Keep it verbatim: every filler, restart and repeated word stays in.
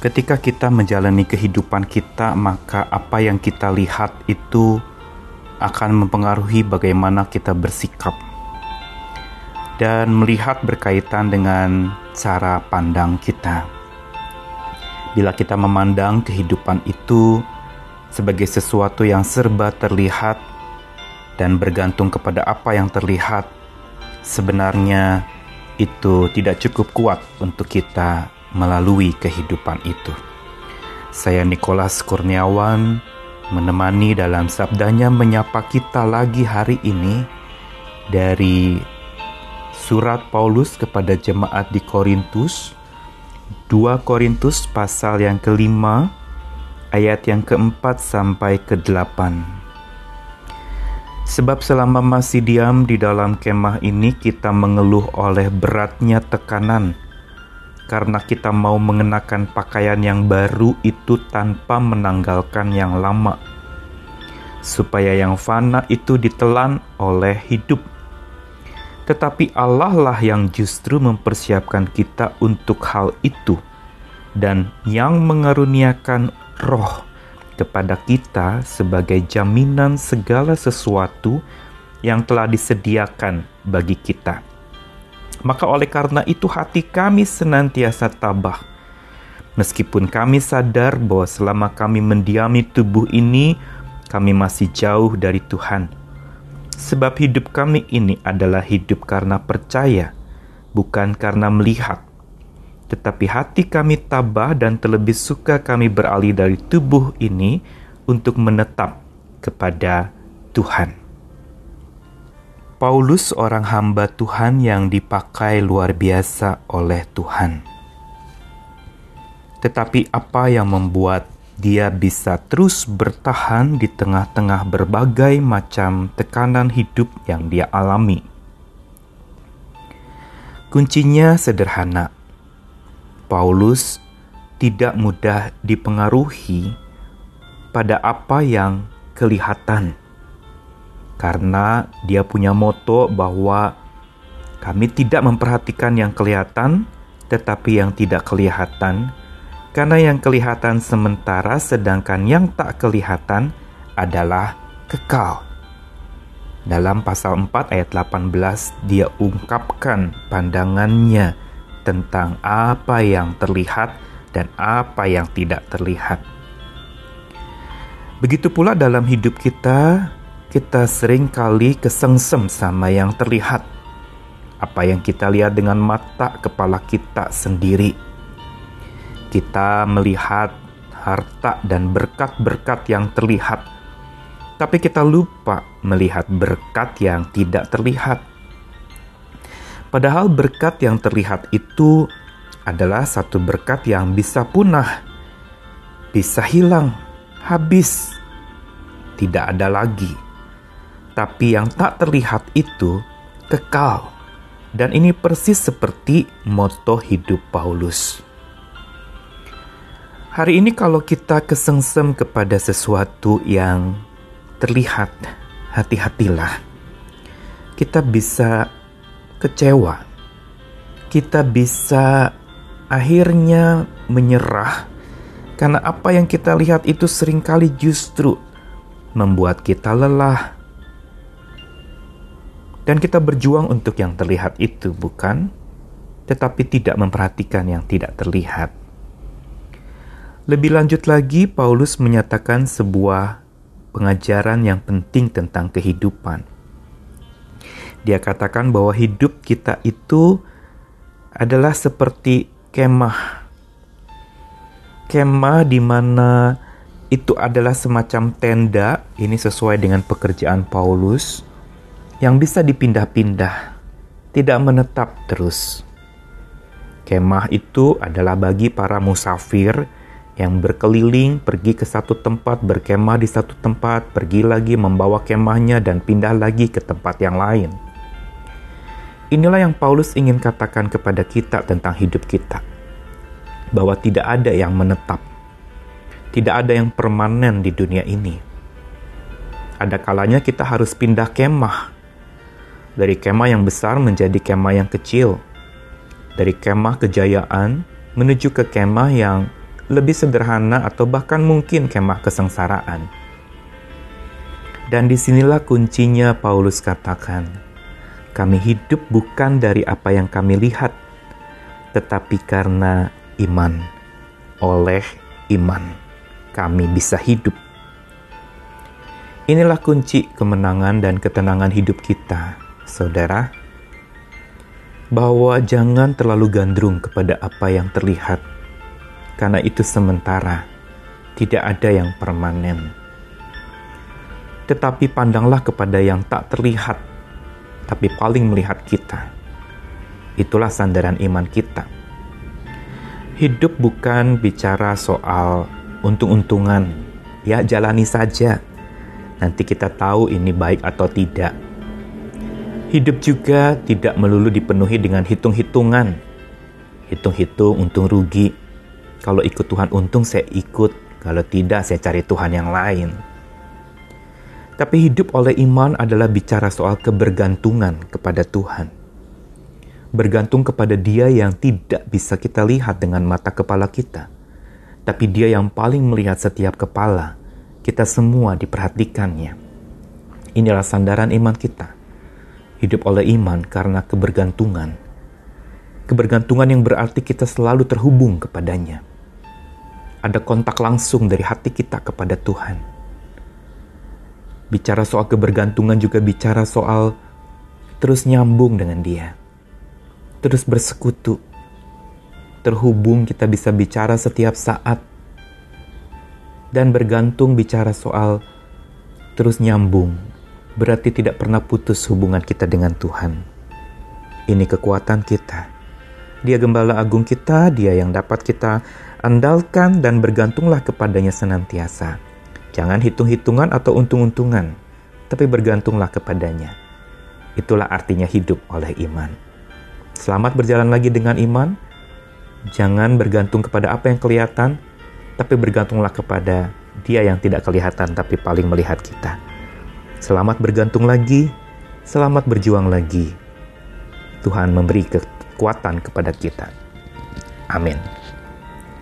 Ketika kita menjalani kehidupan kita, maka apa yang kita lihat itu akan mempengaruhi bagaimana kita bersikap. Dan melihat berkaitan dengan cara pandang kita. Bila kita memandang kehidupan itu sebagai sesuatu yang serba terlihat dan bergantung kepada apa yang terlihat, sebenarnya itu tidak cukup kuat untuk kita melalui kehidupan itu. Saya Nicholas Kurniawan menemani dalam sabdanya menyapa kita lagi hari ini dari surat Paulus kepada jemaat di Korintus, dua Korintus pasal yang kelima, ayat yang keempat sampai kedelapan. Sebab selama masih diam di dalam kemah ini, kita mengeluh oleh beratnya tekanan, karena kita mau mengenakan pakaian yang baru itu tanpa menanggalkan yang lama, supaya yang fana itu ditelan oleh hidup. Tetapi Allah lah yang justru mempersiapkan kita untuk hal itu, dan yang mengaruniakan Roh kepada kita sebagai jaminan segala sesuatu yang telah disediakan bagi kita. Maka oleh karena itu hati kami senantiasa tabah, meskipun kami sadar bahwa selama kami mendiami tubuh ini, kami masih jauh dari Tuhan. Sebab hidup kami ini adalah hidup karena percaya, bukan karena melihat. Tetapi hati kami tabah dan terlebih suka kami beralih dari tubuh ini untuk menetap kepada Tuhan. Paulus orang hamba Tuhan yang dipakai luar biasa oleh Tuhan. Tetapi apa yang membuat dia bisa terus bertahan di tengah-tengah berbagai macam tekanan hidup yang dia alami? Kuncinya sederhana. Paulus tidak mudah dipengaruhi pada apa yang kelihatan. Karena dia punya moto bahwa kami tidak memperhatikan yang kelihatan, tetapi yang tidak kelihatan. Karena yang kelihatan sementara, sedangkan yang tak kelihatan adalah kekal. Dalam pasal empat ayat delapan belas, dia ungkapkan pandangannya tentang apa yang terlihat dan apa yang tidak terlihat. Begitu pula dalam hidup kita, kita sering kali kesengsem sama yang terlihat. Apa yang kita lihat dengan mata kepala kita sendiri. Kita melihat harta dan berkat-berkat yang terlihat, tapi kita lupa melihat berkat yang tidak terlihat. Padahal berkat yang terlihat itu adalah satu berkat yang bisa punah, bisa hilang, habis, tidak ada lagi. Tapi yang tak terlihat itu kekal. Dan ini persis seperti moto hidup Paulus. Hari ini kalau kita kesengsem kepada sesuatu yang terlihat, hati-hatilah. Kita bisa kecewa. Kita bisa akhirnya menyerah. Karena apa yang kita lihat itu seringkali justru membuat kita lelah. Dan kita berjuang untuk yang terlihat itu, bukan? Tetapi tidak memperhatikan yang tidak terlihat. Lebih lanjut lagi, Paulus menyatakan sebuah pengajaran yang penting tentang kehidupan. Dia katakan bahwa hidup kita itu adalah seperti kemah. Kemah di mana itu adalah semacam tenda, ini sesuai dengan pekerjaan Paulus, yang bisa dipindah-pindah, tidak menetap terus. Kemah itu adalah bagi para musafir yang berkeliling, pergi ke satu tempat, berkemah di satu tempat, pergi lagi membawa kemahnya dan pindah lagi ke tempat yang lain. Inilah yang Paulus ingin katakan kepada kita tentang hidup kita, bahwa tidak ada yang menetap, tidak ada yang permanen di dunia ini. Ada kalanya kita harus pindah kemah, dari kemah yang besar menjadi kemah yang kecil, dari kemah kejayaan menuju ke kemah yang lebih sederhana atau bahkan mungkin kemah kesengsaraan. Dan disinilah kuncinya Paulus katakan, kami hidup bukan dari apa yang kami lihat, tetapi karena iman. Oleh iman, kami bisa hidup. Inilah kunci kemenangan dan ketenangan hidup kita, saudara. Bahwa jangan terlalu gandrung kepada apa yang terlihat, karena itu sementara, tidak ada yang permanen. Tetapi pandanglah kepada yang tak terlihat, tapi paling melihat kita. Itulah sandaran iman kita. Hidup bukan bicara soal untung-untungan, ya jalani saja. Nanti kita tahu ini baik atau tidak. Hidup juga tidak melulu dipenuhi dengan hitung-hitungan. Hitung-hitung untung rugi. Kalau ikut Tuhan untung saya ikut, kalau tidak saya cari Tuhan yang lain. Tapi hidup oleh iman adalah bicara soal kebergantungan kepada Tuhan. Bergantung kepada Dia yang tidak bisa kita lihat dengan mata kepala kita. Tapi Dia yang paling melihat setiap kepala. Kita semua diperhatikannya. Inilah sandaran iman kita. Hidup oleh iman karena kebergantungan. Kebergantungan yang berarti kita selalu terhubung kepadanya. Ada kontak langsung dari hati kita kepada Tuhan. Bicara soal kebergantungan juga bicara soal terus nyambung dengan Dia. Terus bersekutu. Terhubung kita bisa bicara setiap saat. Dan bergantung bicara soal terus nyambung. Berarti tidak pernah putus hubungan kita dengan Tuhan. Ini kekuatan kita. Dia gembala agung kita, Dia yang dapat kita andalkan dan bergantunglah kepadanya senantiasa. Jangan hitung-hitungan atau untung-untungan, tapi bergantunglah kepadanya. Itulah artinya hidup oleh iman. Selamat berjalan lagi dengan iman. Jangan bergantung kepada apa yang kelihatan, tapi bergantunglah kepada Dia yang tidak kelihatan tapi paling melihat kita. Selamat bergantung lagi, selamat berjuang lagi. Tuhan memberi kekuatan kepada kita. Amin.